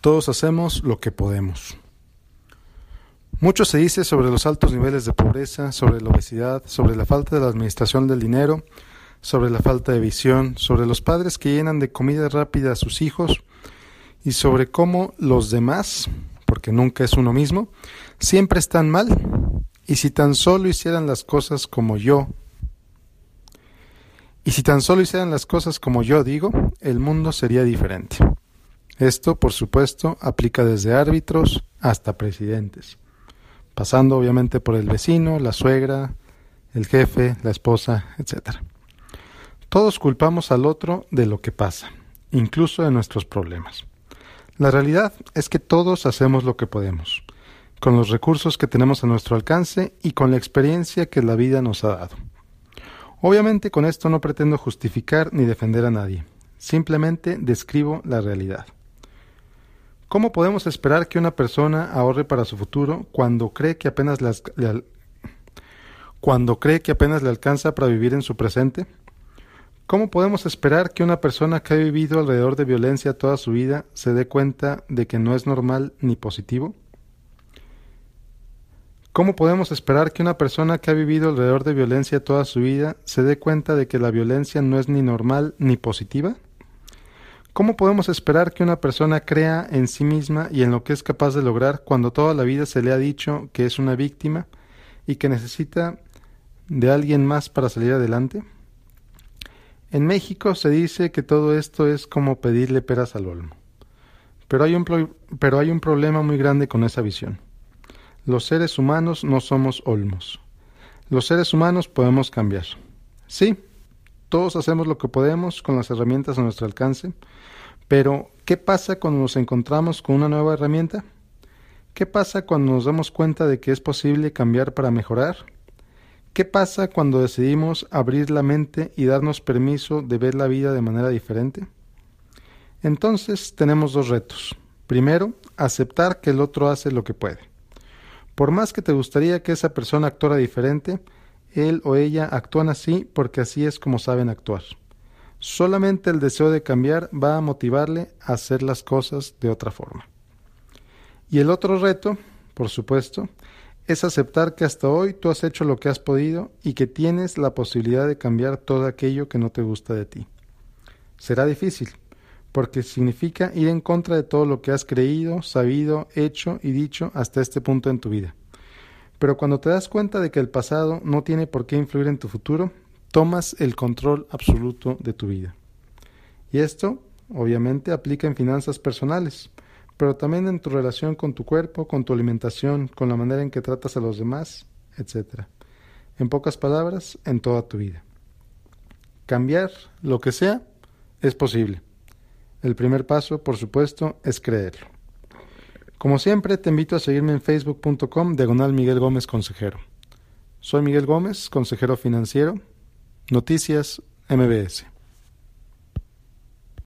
Todos hacemos lo que podemos. Mucho se dice sobre los altos niveles de pobreza, sobre la obesidad, sobre la falta de la administración del dinero, sobre la falta de visión, sobre los padres que llenan de comida rápida a sus hijos y sobre cómo los demás, porque nunca es uno mismo, siempre están mal. Y si tan solo hicieran las cosas como yo digo, el mundo sería diferente. Esto, por supuesto, aplica desde árbitros hasta presidentes, pasando obviamente por el vecino, la suegra, el jefe, la esposa, etc. Todos culpamos al otro de lo que pasa, incluso de nuestros problemas. La realidad es que todos hacemos lo que podemos, con los recursos que tenemos a nuestro alcance y con la experiencia que la vida nos ha dado. Obviamente con esto no pretendo justificar ni defender a nadie, simplemente describo la realidad. ¿Cómo podemos esperar que una persona ahorre para su futuro cuando cree que apenas le alcanza para vivir en su presente? ¿Cómo podemos esperar que una persona que ha vivido alrededor de violencia toda su vida se dé cuenta de que no es normal ni positivo? ¿Cómo podemos esperar que una persona que ha vivido alrededor de violencia toda su vida se dé cuenta de que la violencia no es ni normal ni positiva? ¿Cómo podemos esperar que una persona crea en sí misma y en lo que es capaz de lograr cuando toda la vida se le ha dicho que es una víctima y que necesita de alguien más para salir adelante? En México se dice que todo esto es como pedirle peras al olmo. Pero hay un problema muy grande con esa visión. Los seres humanos no somos olmos. Los seres humanos podemos cambiar. Sí, todos hacemos lo que podemos con las herramientas a nuestro alcance, pero ¿qué pasa cuando nos encontramos con una nueva herramienta? ¿Qué pasa cuando nos damos cuenta de que es posible cambiar para mejorar? ¿Qué pasa cuando decidimos abrir la mente y darnos permiso de ver la vida de manera diferente? Entonces tenemos dos retos. Primero, aceptar que el otro hace lo que puede. Por más que te gustaría que esa persona actuara diferente, él o ella actúan así porque así es como saben actuar. Solamente el deseo de cambiar va a motivarle a hacer las cosas de otra forma. Y el otro reto, por supuesto, es aceptar que hasta hoy tú has hecho lo que has podido y que tienes la posibilidad de cambiar todo aquello que no te gusta de ti. Será difícil, porque significa ir en contra de todo lo que has creído, sabido, hecho y dicho hasta este punto en tu vida. Pero cuando te das cuenta de que el pasado no tiene por qué influir en tu futuro, tomas el control absoluto de tu vida. Y esto, obviamente, aplica en finanzas personales, pero también en tu relación con tu cuerpo, con tu alimentación, con la manera en que tratas a los demás, etc. En pocas palabras, en toda tu vida. Cambiar lo que sea es posible. El primer paso, por supuesto, es creerlo. Como siempre, te invito a seguirme en facebook.com/Miguel Gómez Consejero. Soy Miguel Gómez, consejero financiero. Noticias MBS.